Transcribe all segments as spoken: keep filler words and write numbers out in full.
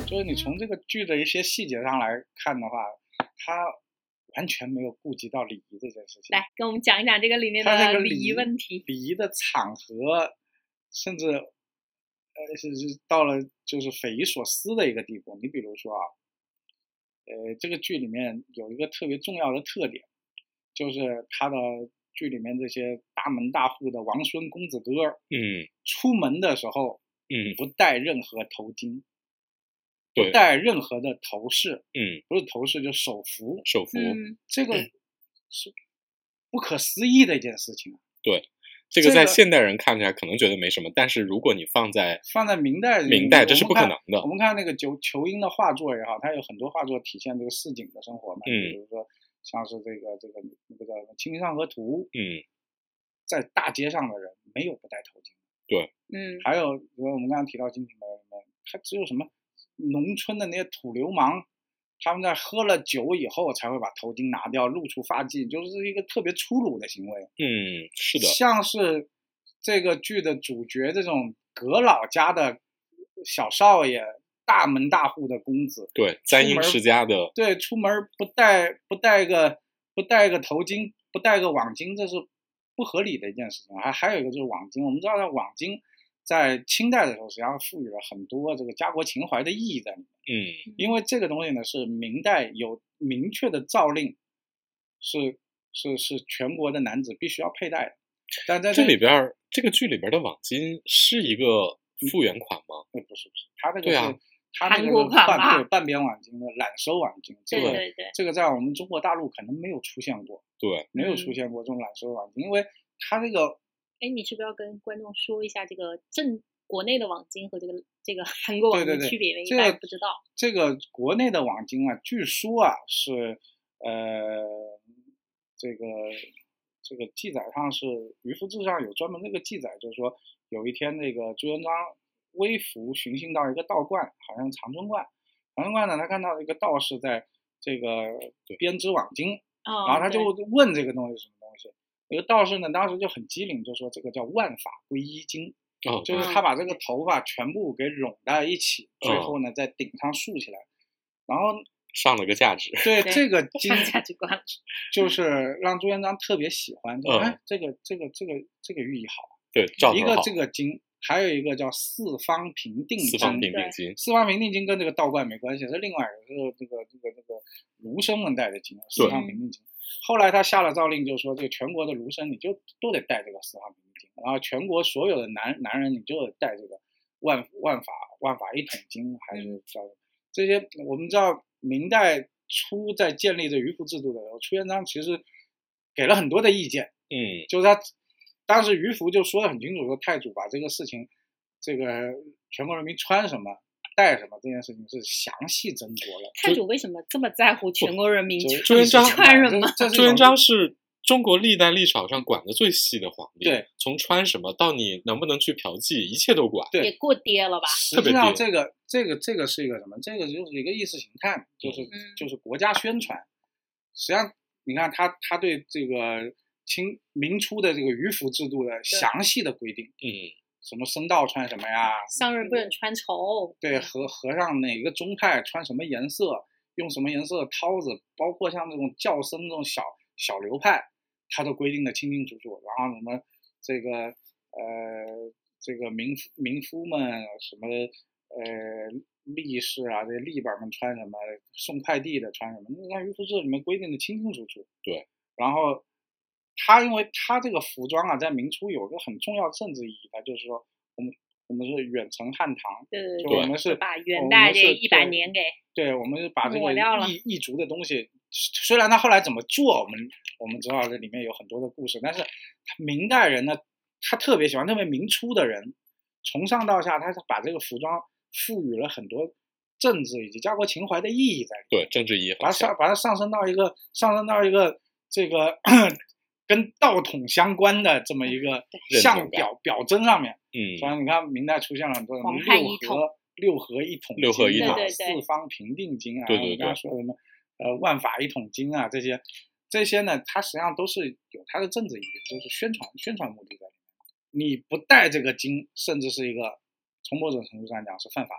就是你从这个剧的一些细节上来看的话，它完全没有顾及到礼仪这件事情。 来跟我们讲一讲这个里面的礼仪问题。 礼仪的场合，甚至呃是是到了就是匪夷所思的一个地步。你比如说啊，呃，这个剧里面有一个特别重要的特点，就是它的剧里面这些大门大户的王孙公子哥， 嗯， 出门的时候， 嗯， 不戴任何头巾。不戴任何的头饰， 嗯， 不是头饰就手服， 手服， 嗯、 这个是不可思议的一件事情。 对，这个在现代人看起来可能觉得没什么，但是如果你放在放在明代， 明代这是不可能的。 我们看那个裘裘英的画作也好，它有很多画作体现这个市井的生活嘛， 嗯， 比如说像是这个这个那个叫《清明上河图》， 嗯， 在大街上的人没有不戴头巾， 对， 嗯， 还有比如我们刚刚提到《金瓶梅》里面，它只有什么？农村的那些土流氓，他们在喝了酒以后才会把头巾拿掉，露出发髻，就是一个特别粗鲁的行为。 嗯，是的， 像是这个剧的主角这种阁老家的小少爷，大门大户的公子， 对，簪缨世家的， 对，出门不戴不戴个不戴个头巾，不戴个网巾，这是不合理的一件事情。还还有一个就是网巾，我们知道的网巾。在清代的时候，实际上赋予了很多这个家国情怀的意义在里面。 嗯， 因为这个东西呢，是明代有明确的诏令，是是是全国的男子必须要佩戴的。但在这里边，这个剧里边的网巾是一个复原款吗？ 嗯，不是不是，它这个是、啊、 它那个半对半边网巾的揽收网巾，这个对对对， 这个在我们中国大陆可能没有出现过， 对， 没有出现过这种揽收网巾，因为它这个。 哎，你是不是要跟观众说一下这个正国内的网巾和这个这个韩国网巾的区别？ 因为一般不知道。 这个国内的网巾啊，据说啊是呃这个这个记载上是渔夫志上有专门这个记载，就是说有一天那个朱元璋微服巡行到一个道观，好像长春观，长春观呢他看到一个道士在这个编织网巾， 哦、 然后他就问这个东西是什么东西。有个道士呢，当时就很机灵，就说这个叫万法归一经， 哦， 就是他把这个头发全部给拢在一起， 哦、 最后呢在顶上竖起来，然后上了个价值。 对这个经价值观， 就是让朱元璋特别喜欢。 嗯、 哎，这个这个这个这个寓意好。 对， 一个这个经，还有一个叫四方平定经。 四方平定经， 四方平定经跟这个道观没关系，是另外一个，是这个这个这个儒生们戴的经，四方平定经。后来他下了诏令，就是说这个全国的儒生你就都得带这个四方平定经，然后全国所有的男男人你就得带这个万万法万法一统经，还是叫这些。我们知道明代初在建立这渔夫制度的时候，朱元璋其实给了很多的意见， 嗯， 就是他当时渔夫就说得很清楚，说太祖把这个事情，这个全国人民穿什么。带什么这件事情是详细斟酌了。 太祖为什么这么在乎全国人民朱元璋穿什么？ 朱元璋是中国历代历史上管的最细的皇帝， 对， 从穿什么到你能不能去嫖妓，一切都管。 对， 也过爹了吧？ 实际上，这个这个这个是一个什么？这个就是一个意识形态，就是、 嗯、 就是国家宣传。实际上，你看他他对这个清明初的这个渔夫制度的详细的规定， 嗯。 什么僧道穿什么呀？ 商人不能穿绸。 对，和和尚哪个宗派穿什么颜色，用什么颜色的绦子，包括像这种教僧这种小小流派，他都规定的清清楚楚。然后什么这个呃这个民夫民夫们什么呃吏士啊，这些吏本们穿什么，送快递的穿什么，你看渔夫制里面规定的清清楚楚。 对， 然后。他因为他这个服装啊，在明初有个很重要的政治意义，它就是说，我们我们是远承汉唐， 对对对，我们是把元代这一百年给， 对，我们是把这个异异族的东西，虽然他后来怎么做，我们我们知道这里面有很多的故事，但是明代人呢，他特别喜欢，特别明初的人，从上到下，他是把这个服装赋予了很多政治以及家国情怀的意义在里面， 对，政治意义， 把它上把它上升到一个上升到一个这个。跟道统相关的这么一个象表表征上面， 嗯， 所以你看明代出现了很多什么六合六合一统经、 六合一统、 四方平定经啊， 对对对， 刚才说什么呃万法一统经啊，这些这些呢，它实际上都是有它的政治意义，就是宣传宣传目的在里面。你不带这个经，甚至是一个从某种程度上讲是犯法的。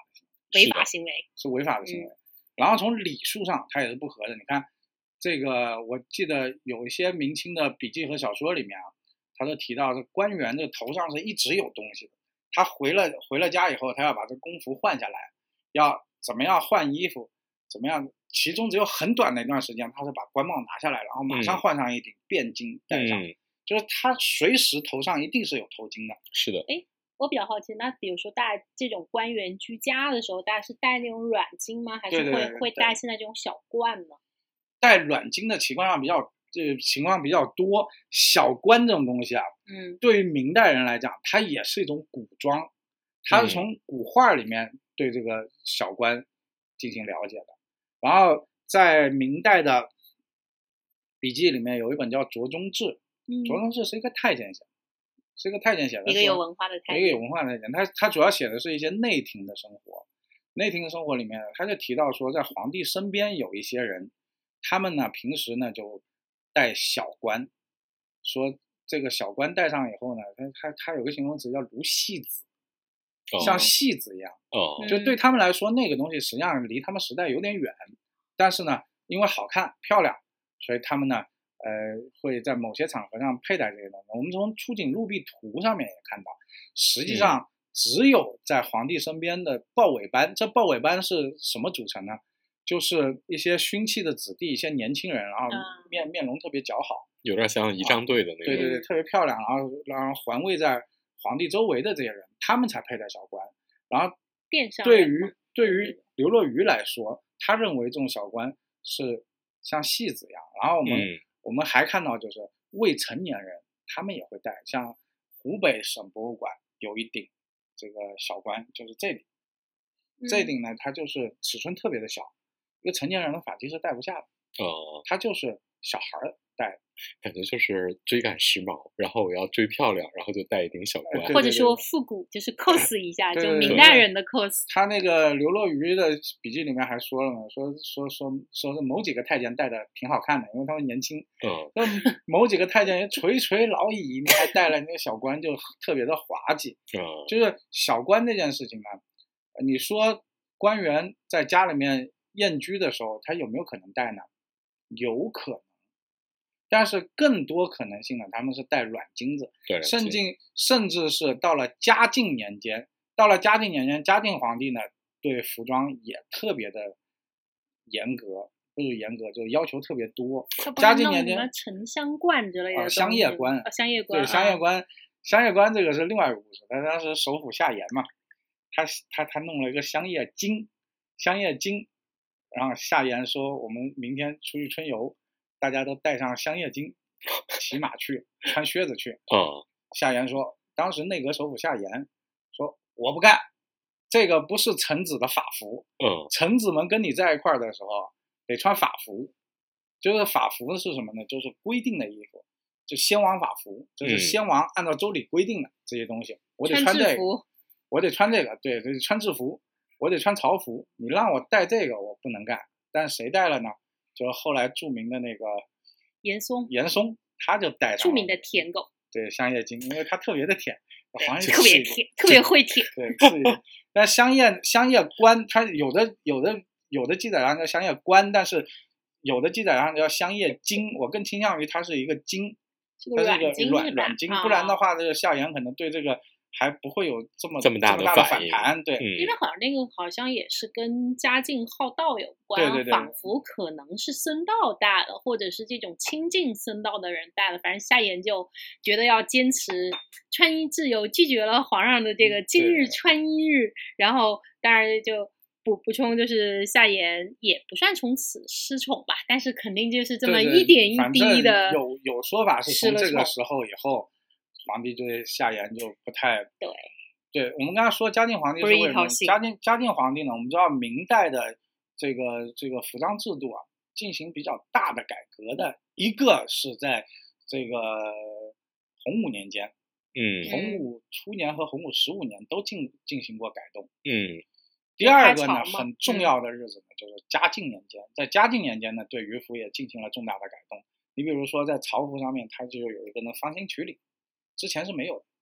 违法行为， 是违法的行为。嗯、然后从礼数上它也是不合的。你看这个，我记得有一些明清的笔记和小说里面啊，他都提到这官员的头上是一直有东西的。他回了回了家以后，他要把这公服换下来，要怎么样换衣服，怎么样？其中只有很短的一段时间，他是把官帽拿下来，然后马上换上一顶便巾戴上，嗯、就是他随时头上一定是有头巾的。 是的。 哎，我比较好奇，那比如说大家这种官员居家的时候，大家是戴那种软巾吗？还是会对对对对会戴现在这种小冠呢？ 戴软巾的情况上比较，这情况比较多。小冠这种东西啊， 嗯， 对于明代人来讲，它也是一种古装，它是从古画里面对这个小冠进行了解的。然后在明代的笔记里面有一本叫《卓中志》， 嗯， 卓中志是一个太监写的，是一个太监写的， 一个有文化的太监， 一个有文化的太监。他他主要写的是一些内廷的生活，内廷的生活里面，他就提到说，在皇帝身边有一些人，他们呢平时呢就戴小冠，说这个小冠戴上以后呢，他他他有个形容词叫如戏子。像戏子一样， 哦， 就对他们来说，那个东西实际上离他们时代有点远，但是呢，因为好看漂亮，所以他们呢，呃，会在某些场合上佩戴这些东西。我们从出警入壁图上面也看到，实际上只有在皇帝身边的豹尾班，这豹尾班是什么组成呢？就是一些勋戚的子弟，一些年轻人，然后面、嗯、面容特别姣好， 有点像仪仗队的那个， 对对对，特别漂亮，然后然后环卫在皇帝周围的这些人，他们才佩戴小冠。然后对于对于刘若愚来说，他认为这种小冠是像戏子一样。然后我们、嗯、我们还看到就是未成年人他们也会戴，像湖北省博物馆有一顶这个小冠，就是这顶，嗯、这顶呢它就是尺寸特别的小，一个成年人的发髻是戴不下的， 哦， 它就是小孩戴的。 感觉就是追赶时髦，然后我要追漂亮，然后就戴一顶小冠， 或者说复古，就是 cos 一下，就明代人的 cos。 他那个刘若愚的笔记里面还说了嘛，说说说说是某几个太监戴的挺好看的，因为他们年轻。 嗯。 那某几个太监垂垂老矣，你还戴了那个小冠，就特别的滑稽。 嗯。 就是小冠这件事情呢，你说官员在家里面宴居的时候，他有没有可能戴呢？有可能。但是更多可能性呢，他们是戴软巾子， 对， 甚至甚至是到了嘉靖年间，到了嘉靖年间，嘉靖皇帝呢对服装也特别的严格，不是严格，就是要求特别多。嘉靖年间什么沉香冠之类的， 哦，香叶冠， 哦，香叶冠， 对，香叶冠，香叶冠这个是另外一个故事。他当时首辅夏言嘛，他他他弄了一个香叶巾，香叶巾，然后夏言说我们明天出去春游。大家都带上香叶巾，骑马去，穿靴子去。 嗯， 夏言说，当时内阁首辅夏言说，我不干，这个不是臣子的法服。 嗯， 臣子们跟你在一块儿的时候得穿法服，就是法服是什么呢？就是规定的衣服，就先王法服，就是先王按照周礼规定的这些东西，嗯、我得穿这个，我得穿这个，对，得穿制服，我得穿朝服。你让我带这个，我不能干。但谁带了呢？就是后来著名的那个严嵩， 严嵩他就带上著名的舔狗， 对，香叶巾，因为他特别的舔，好像特别舔，特别会舔， 对，但香叶香叶冠，它有的有的有的记载上叫香叶冠，但是有的记载上叫香叶巾，我更倾向于它是一个巾，它是一个软软巾，不然的话，这个夏言可能对这个。还不会有这么这么大的反弹，对、 嗯，因为好像那个好像也是跟嘉靖好道有关， 对对对， 仿佛可能是僧道戴的，或者是这种亲近僧道的人戴的，反正夏言就觉得要坚持穿衣自由，拒绝了皇上的这个今日穿衣日，然后当然就补补充就是夏言也不算从此失宠吧，但是肯定就是这么一点一滴的， 有有说法是从这个时候以后。皇帝对夏言就不太对， 对我们刚才说嘉靖皇帝是为什么？嘉靖嘉靖皇帝呢？我们知道明代的这个这个服装制度啊，进行比较大的改革的，一个是在这个洪武年间， 嗯， 洪武初年和洪武十五年都进进行过改动， 嗯。 第二个呢，很重要的日子呢，就是嘉靖年间，在嘉靖年间呢，对于服也进行了重大的改动。你比如说在朝服上面，它就有一个呢方形曲领。之前是没有的，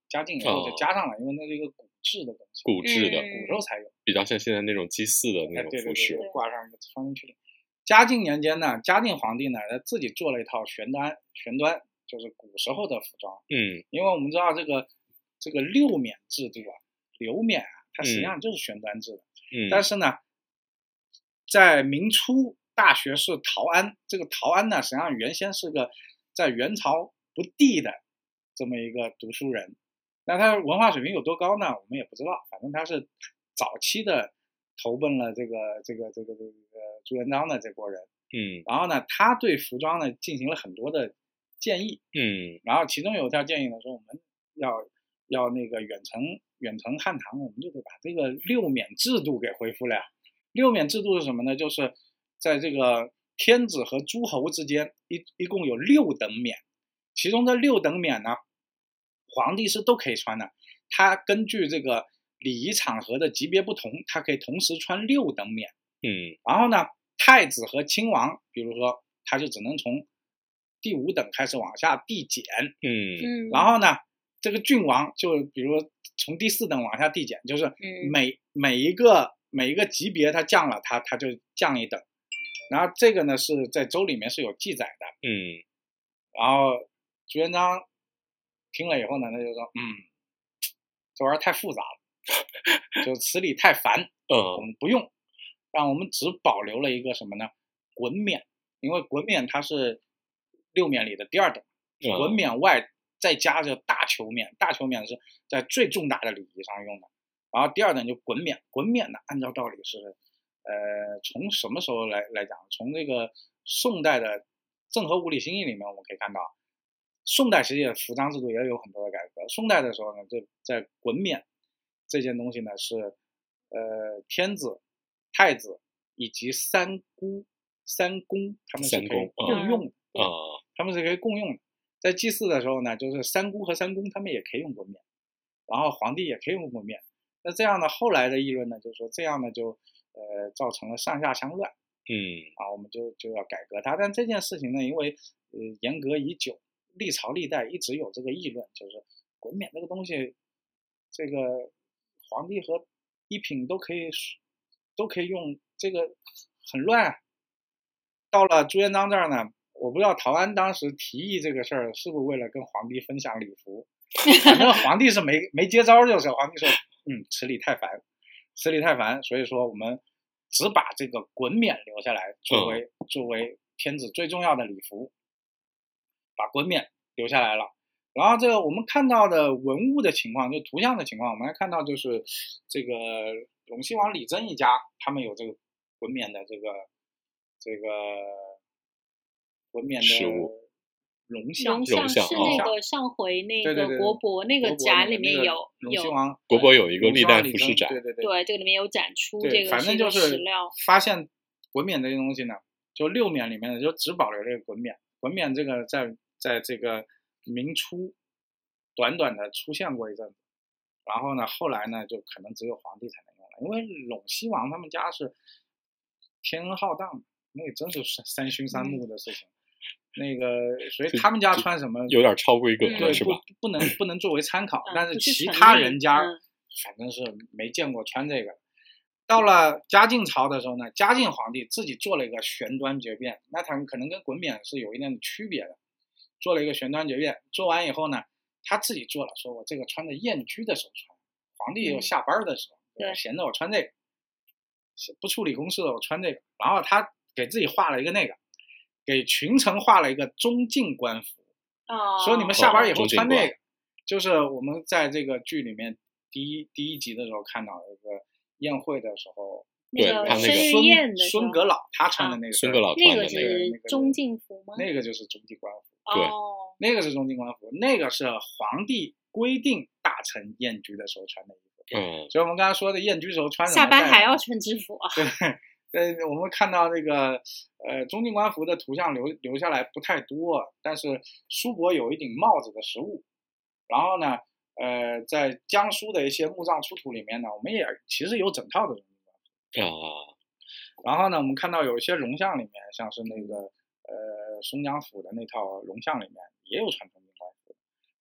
嘉靖以后就加上了，因为那是一个古制的东西， 古制的， 古时候才有， 比较像现在那种祭祀的那哎，对对种服饰。 对，挂上一个方形去领。嘉靖年间呢，嘉靖皇帝呢，他自己做了一套玄端，玄端就是古时候的服装。 嗯， 因为我们知道这个这个六冕制度啊，留冕啊，它实际嗯上就是玄端制的。 嗯， 但是呢，在明初大学士陶安，这个陶安呢，实际上原先是个在元朝不第的这么一个读书人。那他文化水平有多高呢？我们也不知道，反正他是早期的投奔了这个这个这个这个朱元璋的这波人。 嗯， 然后呢，他对服装呢进行了很多的建议。 嗯， 然后其中有一条建议呢，说我们要要那个远程远程汉唐，我们就得把这个六冕制度给恢复了呀。六冕制度是什么呢？就是在这个天子和诸侯之间一一共有六等冕，其中这六等冕呢，皇帝是都可以穿的。他根据这个礼仪场合的级别不同，他可以同时穿六等冕。 嗯， 然后呢，太子和亲王，比如说他就只能从第五等开始往下递减。 嗯， 嗯， 然后呢，这个郡王就比如说从第四等往下递减，就是每、 嗯、 每一个每一个级别他降了，他他就降一等。然后这个呢是在周里面是有记载的。 嗯， 然后朱元璋听了以后呢，他就说，嗯，这玩意儿太复杂了，就词理太繁， 嗯， 我们不用，让我们只保留了一个什么呢？衮冕，因为衮冕它是六冕里的第二等，衮冕外再加着大裘冕，大裘冕是在最重大的礼仪上用的，然后第二等就衮冕，衮冕呢，按照道理是，呃，从什么时候来来讲？从这个宋代的《政和五礼新议》里面我们可以看到，宋代其实也服装制度也有很多的改革。宋代的时候呢，就在衮冕这件东西呢是，呃，天子、太子以及三姑、三公他们是可以共用的， 啊、嗯， 他们是可以共用的。在祭祀的时候呢，就是三姑和三公他们也可以用衮冕，然后皇帝也可以用衮冕。那这样呢，后来的议论呢，就是说这样呢就呃造成了上下相乱。 嗯， 啊，我们就就要改革它。但这件事情呢，因为呃严格已久，历朝历代一直有这个议论，就是衮冕这个东西，这个皇帝和一品都可以都可以用，这个很乱。到了朱元璋这儿呢，我不知道陶安当时提议这个事儿是不是为了跟皇帝分享礼服，反正皇帝是没没接招，就是皇帝说，嗯，词理太繁，词理太繁，所以说我们只把这个衮冕留下来，作为、嗯、作为天子最重要的礼服，把衮冕留下来了。然后这个我们看到的文物的情况，就图像的情况，我们还看到就是这个陇西王李真一家，他们有这个衮冕的这个这个衮冕的龙像， 龙像是那个上回那个国博那个展里面有陇西王国博有一个历代服饰展， 对对对， 对这个里面有展出这个， 反正就是发现衮冕这些东西呢，就六冕里面呢就只保留这个衮冕，衮冕这个在在这个明初短短的出现过一阵子，然后呢后来呢就可能只有皇帝才能用了，因为陇西王他们家是天恩浩荡，那真是三勋三木的事情。嗯，那个，所以他们家穿什么有点超规格， 对， 是吧？ 不不能不能作为参考， 嗯、 但是其他人家、嗯、反正是没见过穿这个。到了嘉靖朝的时候呢，嘉靖皇帝自己做了一个玄端绝变，那他们可能跟衮冕是有一定的区别的，做了一个玄端绝变。做完以后呢，他自己做了，说我这个穿的宴居的时候穿，皇帝也有下班的时候， 对、 嗯，闲着我穿这个，不处理公事的我穿这个，然后他给自己画了一个那个。给群臣画了一个中进官服， 哦， 说你们下班以后穿那个，哦、就是我们在这个剧里面第一第一集的时候看到一个宴会的时候， 对， 那个生日宴的孙阁老他穿的那个， 孙阁老穿的那个是中进服吗？ 那个就是中进官服， 对， 哦， 那个是中进官服，那个是皇帝规定大臣宴居的时候穿的衣服， 嗯， 所以我们刚才说的宴居时候穿什么， 下班还要穿制服啊， 对。呃，我们看到那个呃中进官服的图像留留下来不太多，但是苏伯有一顶帽子的实物。然后呢，呃，在江苏的一些墓葬出土里面呢，我们也其实有整套的中进官服。 啊。 然后呢，我们看到有一些龙像里面，像是那个呃松江府的那套龙像里面也有穿中进官服。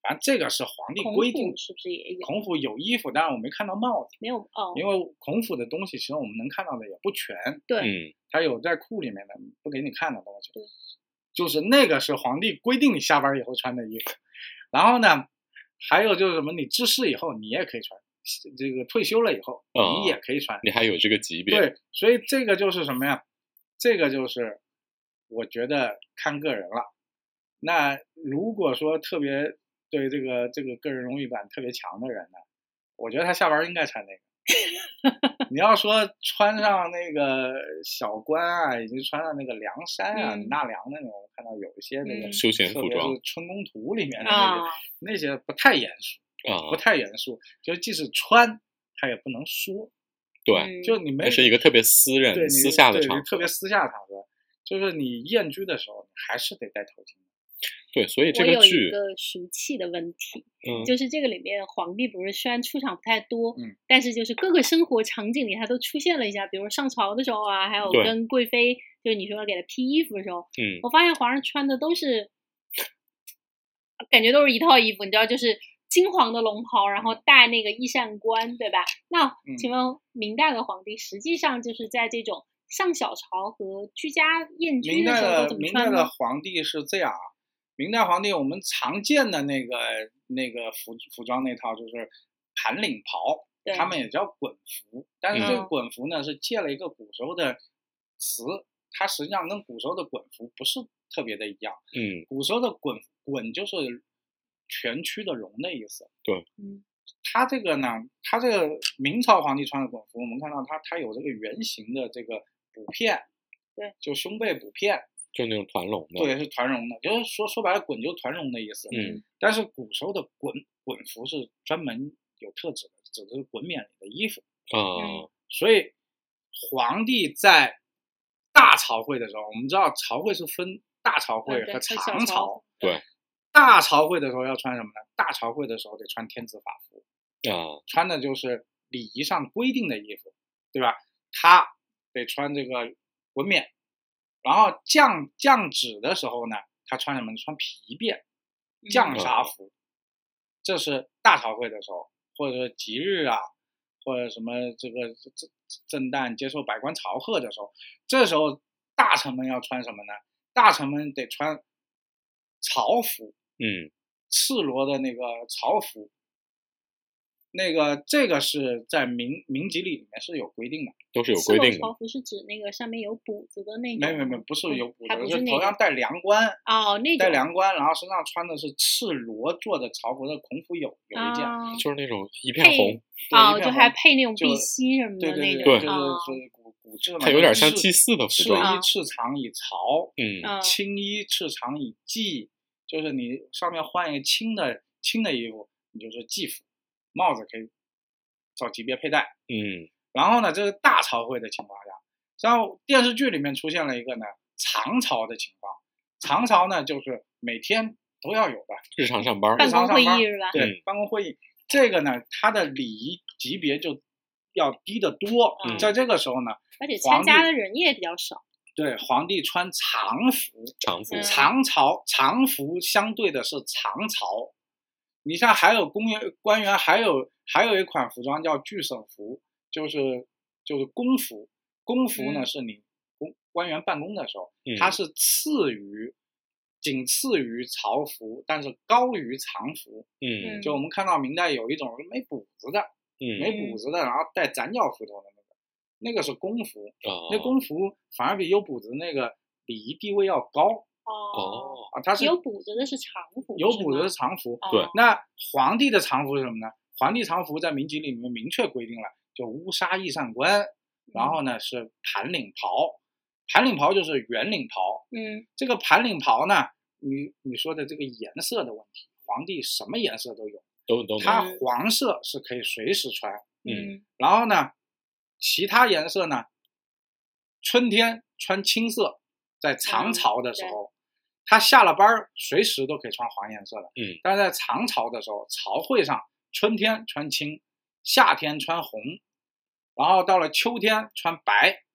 反正这个是皇帝规定。 孔府是不是也有？ 孔府有衣服，但是我没看到帽子， 没有哦， 因为孔府的东西其实我们能看到的也不全， 对， 嗯， 它有在库里面的不给你看的东西， 对， 就是那个是皇帝规定你下班以后穿的衣服。然后呢，还有就是什么，你致仕以后你也可以穿，这个退休了以后你也可以穿， 哦、你还有这个级别。 对，所以这个就是什么呀？这个就是我觉得看个人了。那如果说特别对这个这个个人荣誉感特别强的人呢，我觉得他下班应该穿那个。你要说穿上那个小官啊，以及穿上那个凉衫啊、 嗯、 纳凉的那种，我看到有一些那个、 嗯、休闲服装， 特别是春宫图里面的那些、啊、那些不太严肃啊， 不太严肃，就即使穿他也不能说。 对， 就你没那是一个特别私人、 对私下的场合， 特别私下的场合，就是你宴居的时候，你还是得戴头巾。 对，所以这个剧我有一个俗气的问题， 嗯， 就是这个里面皇帝不是虽然出场不太多， 嗯， 但是就是各个生活场景里他都出现了一下，比如上朝的时候啊，还有跟贵妃，就是你说给他披衣服的时候， 嗯， 我发现皇上穿的都是，感觉都是一套衣服，你知道，就是金黄的龙袍，然后戴那个衣扇冠，对吧？那请问明代的皇帝实际上就是在这种上小朝和居家宴居的时候都怎么穿呢？ 明代的皇帝是这样啊，明代皇帝我们常见的那个那个服服装那套就是盘领袍，他们也叫衮服，但是这个衮服呢、嗯、是借了一个古时候的词，它实际上跟古时候的衮服不是特别的一样。 嗯， 古时候的衮衮就是全躯的绒的意思。 对， 嗯， 他这个呢，他这个明朝皇帝穿的衮服，我们看到他他有这个圆形的这个补片， 对， 就胸背补片。 就那种团绒的， 对，是团绒的，就是说说白了，衮就是团绒的意思。 嗯， 但是古时候的衮衮服是专门有特指的，指的是衮冕里的衣服啊、 嗯。所以皇帝在大朝会的时候，我们知道朝会是分大朝会和长朝。 对， 大朝会的时候要穿什么呢？大朝会的时候得穿天子法服啊， 穿的就是礼仪上规定的衣服，对吧？他得穿这个衮冕。然后降降旨的时候呢，他穿什么？穿皮鞭、降杀服、嗯，这是大朝会的时候，或者说吉日啊，或者什么这个正旦接受百官朝贺的时候，这时候大臣们要穿什么呢？大臣们得穿朝服， 嗯， 赤裸的那个朝服。那个这个是在明明集里里面是有规定的， 都是有规定的。 朝服是指那个上面有补子的那种？ 没有没有，不是有补子， 嗯、 是头上戴凉冠哦，那种戴凉冠，然后身上穿的是赤裸做的朝服的孔府有有一件、 啊， 就是那种一片红哦，就还配那种碧玺什么的那种， 对对对，就是古古制嘛， 它有点像祭祀的服装。 赤衣赤裳以朝， 嗯， 青衣赤裳以祭，就是你上面换一个青的青的衣服，你就是祭服，帽子可以照级别佩戴。 嗯， 然后呢，这是大朝会的情况下，然后电视剧里面出现了一个呢长朝的情况。长朝呢，就是每天都要有的日常上班， 办公会议是吧？ 对、嗯，办公会议。这个呢，它的礼仪级别就要低得多。 嗯、 在这个时候呢， 而且参加的人也比较少。 对，皇帝穿常服， 常服， 长朝常服相对的是长朝。你像还有公员官员，还有还有一款服装叫具省服，就是就是公服。公服呢、嗯、是你公官员办公的时候， 嗯、 它是次于仅次于朝服，但是高于常服。 嗯， 就我们看到明代有一种没补子的， 嗯， 没补子的，然后带斩脚斧头的那个，那个是公服。 哦， 那公服反而比有补子那个礼仪地位要高。 哦， 啊，它是有补子的是常服， 有补子的是常服。 对， 那皇帝的常服是什么呢？皇帝常服在明集里面明确规定了，就乌纱衣扇冠，然后呢是盘领袍，盘领袍就是圆领袍。 嗯， 这个盘领袍呢，你你说的这个颜色的问题，皇帝什么颜色都有， 都都。 它黄色是可以随时穿， 嗯， 然后呢，其他颜色呢，春天穿青色，在长朝的时候。嗯，他下了班随时都可以穿黄颜色的， 嗯， 但是在长朝的时候，朝会上春天穿青，夏天穿红，然后到了秋天穿白，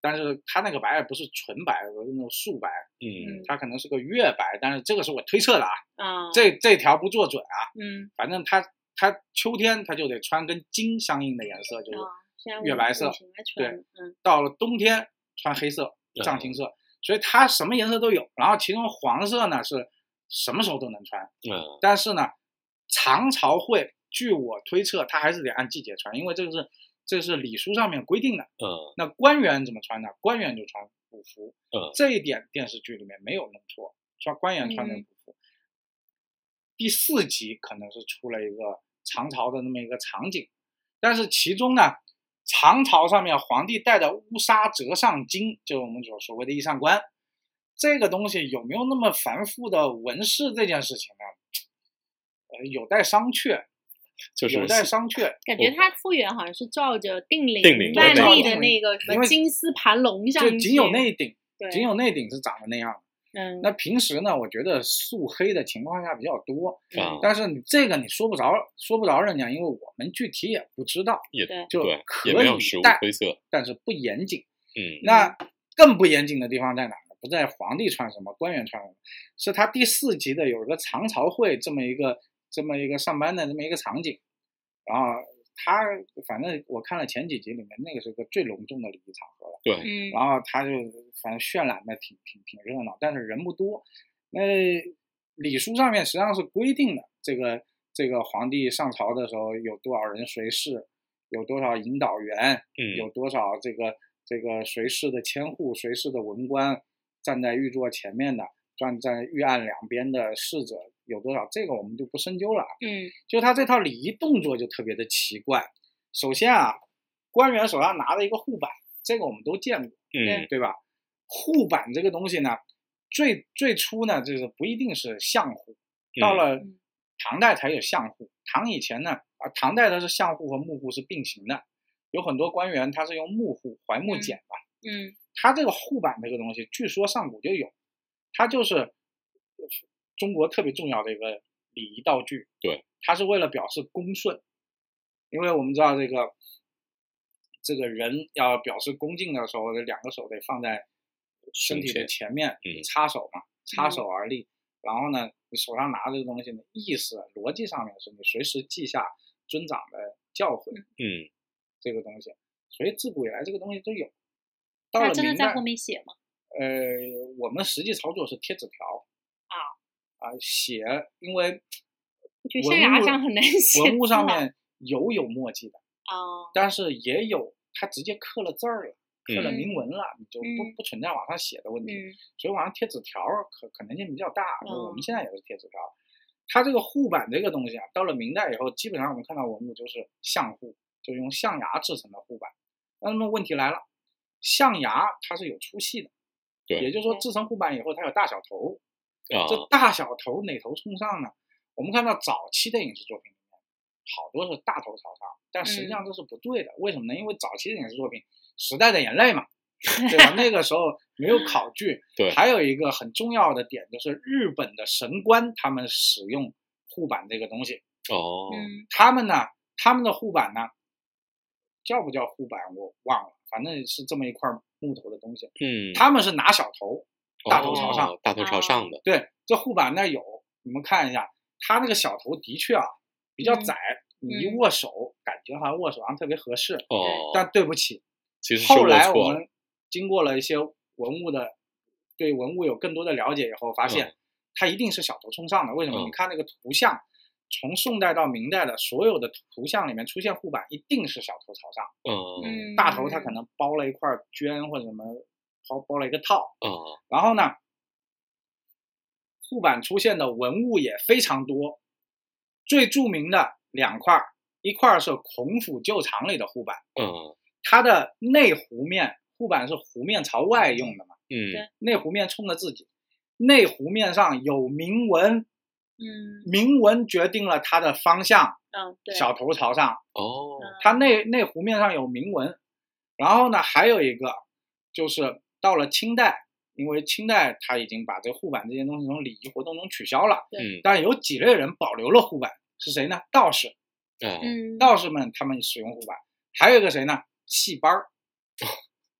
但是它那个白不是纯白，不是那种素白， 嗯， 它可能是个月白，但是这个是我推测的啊， 啊， 这这条不做准啊， 嗯， 反正它它秋天它就得穿跟金相应的颜色，就是月白色，对， 嗯， 到了冬天穿黑色、藏青色，所以它什么颜色都有，然后其中黄色呢是什么时候都能穿， 嗯， 但是呢，唐朝会，据我推测，它还是得按季节穿，因为这个是这是礼书上面规定的。 嗯， 那官员怎么穿呢？官员就穿补服。 嗯， 这一点电视剧里面没有弄错，说官员穿的补服。嗯、第四集可能是出了一个唐朝的那么一个场景，但是其中呢，唐朝上面皇帝戴的乌纱折上巾，就是我们所所谓的衣上冠，这个东西有没有那么繁复的纹饰这件事情呢？呃，有待商榷。 就是有待商榷， 感觉它复原好像是照着定陵定陵万历的那个什么金丝盘龙上去， 就仅有那一顶， 对， 仅有那顶是长得那样的。 嗯， 那平时呢，我觉得素黑的情况下比较多， 嗯、 但是你这个你说不着，说不着人家，因为我们具体也不知道， 也就可以戴， 但是不严谨。 嗯， 那更不严谨的地方在哪呢？不在皇帝穿什么，官员穿什么，是他第四集的有一个唐朝会这么一个。这么一个上班的这么一个场景，然后他反正我看了前几集里面，那个是个最隆重的礼仪场合了。 对， 嗯， 然后他就反正渲染的挺挺挺热闹，但是人不多。那礼书上面实际上是规定的，这个这个皇帝上朝的时候有多少人随侍，有多少引导员， 嗯， 有多少这个这个随侍的千户、随侍的文官，站在御座前面的，站在御案两边的侍者。有多少这个我们就不深究了， 嗯， 就他这套礼仪动作就特别的奇怪。首先啊，官员手上拿着一个护板，这个我们都见过， 嗯， 对吧？护板这个东西呢，最最初呢，就是不一定是相护，到了唐代才有相护。唐以前呢，啊，唐代的是相护和幕护是并行的，有很多官员他是用幕护、怀幕简嘛， 嗯， 他这个护板这个东西，据说上古就有，它就是中国特别重要的一个礼仪道具， 对， 它是为了表示恭顺，因为我们知道这个这个人要表示恭敬的时候，这两个手得放在身体的前面， 嗯， 插手嘛，插手而立。嗯、然后呢，你手上拿这个东西呢，意思逻辑上面是你随时记下尊长的教诲， 嗯， 这个东西，所以自古以来这个东西都有。到了明代， 真的在后面写吗？ 呃，我们实际操作是贴纸条。 啊啊，写，因为我觉得象牙上很难写， 文物上面有有墨迹的啊、哦， 但是也有他直接刻了字儿了，刻了铭文了， 嗯、 你就不不存在网上写的问题， 嗯、 所以网上贴纸条可可能性比较大。 嗯、 我们现在也是贴纸条，它这个护板这个东西啊，到了明代以后，基本上我们看到文物就是象护，就用象牙制成的护板。那么问题来了，象牙它是有粗细的， 对， 也就是说制成护板以后，它有大小头。 啊、 这大小头哪头冲上呢？我们看到早期的影视作品里面，好多是大头朝上，但实际上这是不对的。嗯、为什么呢？因为早期的影视作品，时代的眼泪嘛，对吧？那个时候没有考据。 对。 还有一个很重要的点就是日本的神官他们使用护板这个东西。 哦。 嗯。 他们呢，他们的护板呢，叫不叫护板我忘了，反正是这么一块木头的东西。 嗯。 他们是拿小头。大头朝上、 哦，大头朝上的。 对，这护板那有，你们看一下，它那个小头的确啊比较窄， 嗯、 你一握手，感觉好像握手上特别合适。 哦。 但对不起， 其实后来我们经过了一些文物的，对文物有更多的了解以后，发现、嗯、它一定是小头冲上的。为什么？ 嗯、 你看那个图像，从宋代到明代的所有的图像里面出现护板，一定是小头朝上。 嗯。 大头它可能包了一块绢或者什么。包包了一个套， 嗯， 然后呢，护板出现的文物也非常多，最著名的两块，一块是孔府旧藏里的护板， 嗯， 它的内弧面，护板是弧面朝外用的嘛， 嗯， 内弧面冲着自己，内弧面上有铭文， 嗯， 铭文决定了它的方向， 嗯，对， 小头朝上， 哦， 它内内弧面上有铭文，然后呢，还有一个就是。到了清代，因为清代他已经把这个护板这些东西从礼仪活动中取消了， 嗯， 但有几类人保留了护板，是谁呢？道士， 嗯， 道士们他们使用护板，还有一个谁呢？戏班儿，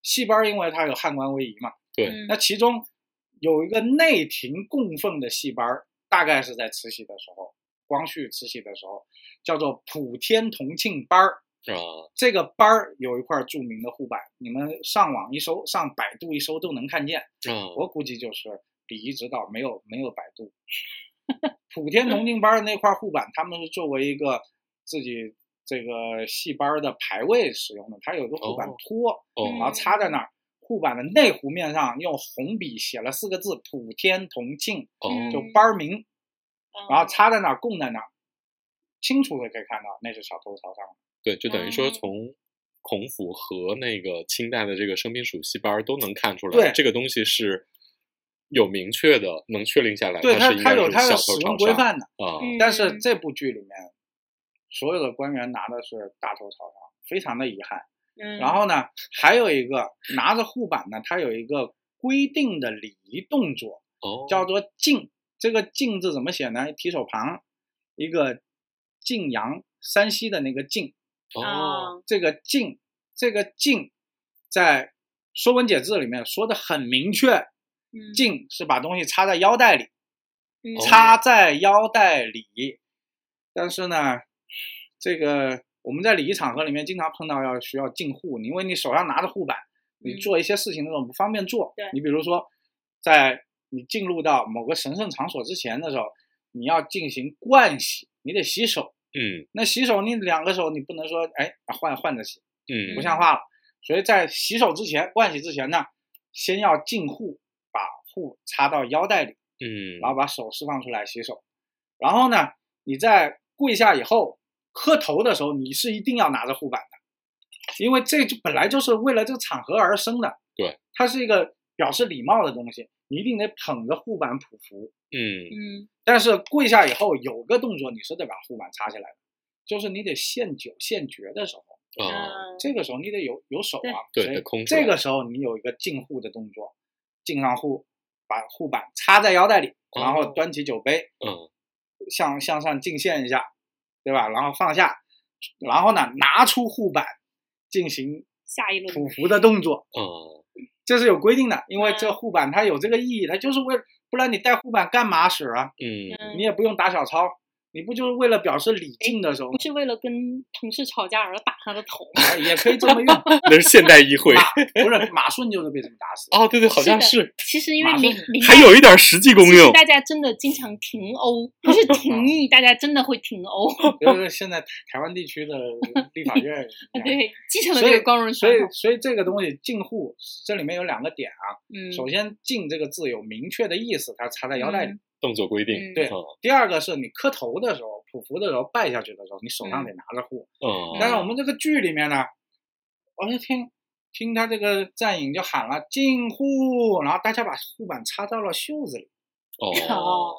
戏班因为它有汉官威仪嘛， 对， 那其中有一个内廷供奉的戏班，大概是在慈禧的时候，光绪慈禧的时候，叫做普天同庆班儿。 啊， 这个班儿有一块著名的护板，你们上网一搜，上百度一搜都能看见。 啊， 我估计就是礼仪指导，没有没有百度。普天同庆班那块护板，他们是作为一个自己这个戏班的牌位使用的，它有一个护板托， 哦， 然后插在那儿。护板的内弧面上用红笔写了四个字“普天同庆”， 哦， 就班名， 嗯然后插在那儿，供在那儿，清楚的可以看到那是小偷朝上的。 对，就等于说从孔府和那个清代的这个生平属戏班都能看出来， 对这个东西是有明确的，能确定下来， 对，它是应该它有它的是小使用偷朝上规范的。 啊， 嗯但是这部剧里面，所有的官员拿的是大头朝上，非常的遗憾。 嗯， 然后呢，还有一个拿着护板呢，它有一个规定的礼仪动作， 哦， 叫做敬。这个敬字怎么写呢？提手旁一个晋阳山西的那个晋。 哦， 啊这个敬，这个敬，在《说文解字》里面说的很明确， 嗯敬是把东西插在腰带里， 嗯插在腰带里。但是呢，这个我们在礼仪场合里面经常碰到要需要敬护，因为你手上拿着护板，你做一些事情的时候不方便做。 对你比如说，在你进入到某个神圣场所之前的时候，你要进行盥洗，你得洗手。 嗯那洗手你两个手你不能说哎换换着洗， 嗯， 不像话了。所以在洗手之前，盥洗之前呢，先要进护，把护插到腰带里， 嗯， 然后把手释放出来洗手。然后呢，你在跪下以后磕头的时候，你是一定要拿着护板的，因为这就本来就是为了这个场合而生的。 对， 它是一个表示礼貌的东西，你一定得捧着护板匍匐。 嗯嗯但是跪下以后有个动作你是得把护板插起来的，就是你得献酒献爵的时候， 啊， 嗯这个时候你得有有手啊， 对， 所以得空出来这个时候你有一个敬护的动作，敬上护，把护板插在腰带里， 哦然后端起酒杯， 嗯向向上敬献一下，对吧？然后放下，然后呢拿出护板进行下一轮匍匐的动作， 嗯， 这是有规定的，因为这嗯护板它有这个意义，它就是为，不然你带护板干嘛使啊？ 嗯嗯你也不用打小抄，你不就是为了表示礼敬的时候不，是为了跟同事吵架而打他的头吗？ 啊也可以这么用。 那是现代议会马不是马顺就是被这么打死的。 哦，对对，好像是是， 其实因为马上明明还有一点实际功其实用， 大家真的经常停欧，不是停议，大家真的会停欧。 就是现在台湾地区的立法院一样， 对，继承了所以这个光荣所以传统。 所以这个东西敬护这里面有两个点啊。 嗯， 首先，敬这个字有明确的意思，它插在腰带里。 嗯动作规定， 嗯对嗯第二个是你磕头的时候、匍匐的时候、拜下去的时候，你手上得拿着护。 嗯， 但是我们这个剧里面呢，我就听听他这个战影就喊了敬护，然后大家把护板插到了袖子里， 哦，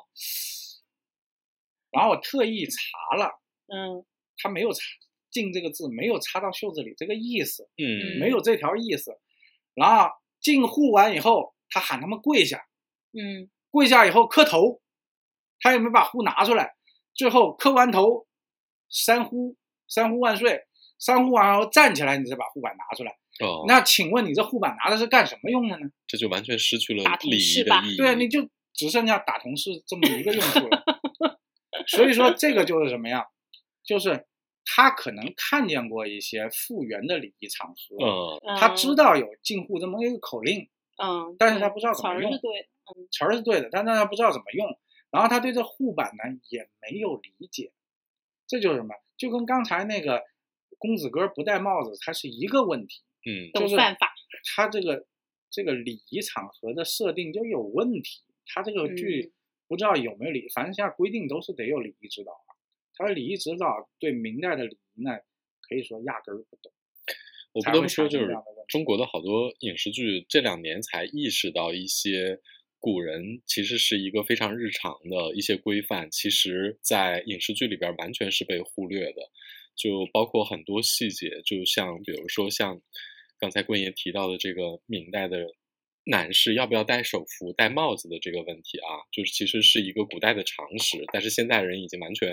然后我特意查了， 嗯他没有插敬这个字没有插到袖子里这个意思， 嗯没有这条意思。然后敬护完以后，他喊他们跪下， 嗯跪下以后磕头，他也没把护拿出来。最后磕完头，三呼三呼万岁，三呼完后站起来，你再把护板拿出来。 哦， 那请问你这护板拿的是干什么用的呢？ 这就完全失去了打同礼仪事吧的意义， 对啊，你就只剩下打同事这么一个用处了。所以说这个就是什么呀？就是他可能看见过一些复原的礼仪场合， 嗯嗯， 他知道有敬护这么一个口令， 嗯， 但是他不知道怎词么用儿是对的。嗯词儿是对的，但是他不知道怎么用，然后他对这护板呢也没有理解，这就是什么？就跟刚才那个公子哥不戴帽子，它是一个问题， 嗯就是懂犯法。 他这个这个礼仪场合的设定就有问题，他这个嗯剧不知道有没有礼，反正现在规定都是得有礼仪指导啊。他的礼仪指导对明代的礼仪呢，可以说压根儿不懂。 我不得不说， 才会产生就是这样的问题中国的好多影视剧这两年才意识到一些古人其实是一个非常日常的一些规范，其实在影视剧里边完全是被忽略的，就包括很多细节，就像比如说像刚才棍爷提到的这个明代的男士要不要戴手服、戴帽子的这个问题啊，就是其实是一个古代的常识，但是现代人已经完全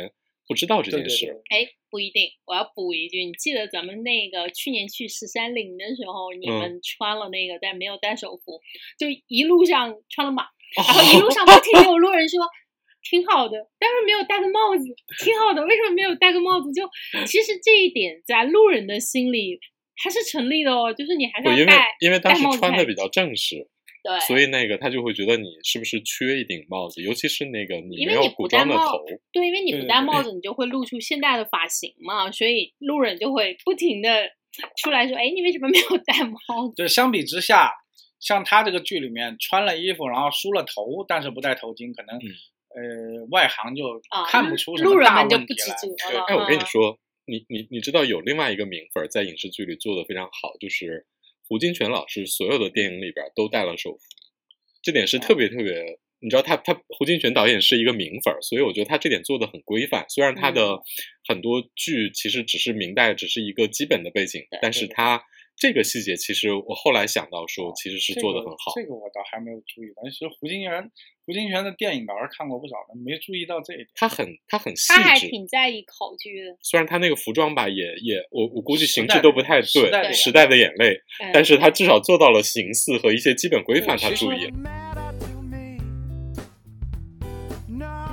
不知道这件事。 哎，不一定，我要补一句，你记得咱们那个去年去十三陵的时候，你们穿了那个、嗯、但没有带手服，就一路上穿了马，然后一路上不停有路人说挺好的，但是没有戴个帽子，挺好的，为什么没有戴个帽子？就其实这一点在路人的心里还是成立的哦，就是你还是要戴， 因为因为当时穿的比较正式， 对， 所以那个他就会觉得你是不是缺一顶帽子，尤其是那个你没有古装的头， 对，因为你不戴帽子，你就会露出现代的发型嘛，所以路人就会不停的出来说，哎，你为什么没有戴帽子？ 就相比之下，像他这个剧里面穿了衣服，然后梳了头，但是不戴头巾，可能、嗯、呃外行就看不出什么大问题来。 路人们就不记住了。 哎，我跟你说。你你你知道有另外一个名粉在影视剧里做的非常好，就是胡金铨老师所有的电影里边都戴了手服，这点是特别特别、嗯、你知道他他胡金铨导演是一个名粉，所以我觉得他这点做的很规范，虽然他的很多剧其实只是明代只是一个基本的背景、嗯、但是他这个细节其实我后来想到说其实是做的很好、 哦这个、这个我倒还没有注意，但是胡金铨胡金铨的电影倒是看过不少的，没注意到这一点。 他很他很细致， 他还挺在意考据的。 虽然他那个服装吧也也我我估计形制都不太对， 代时代的眼泪、嗯、但是他至少做到了形似和一些基本规范他注意。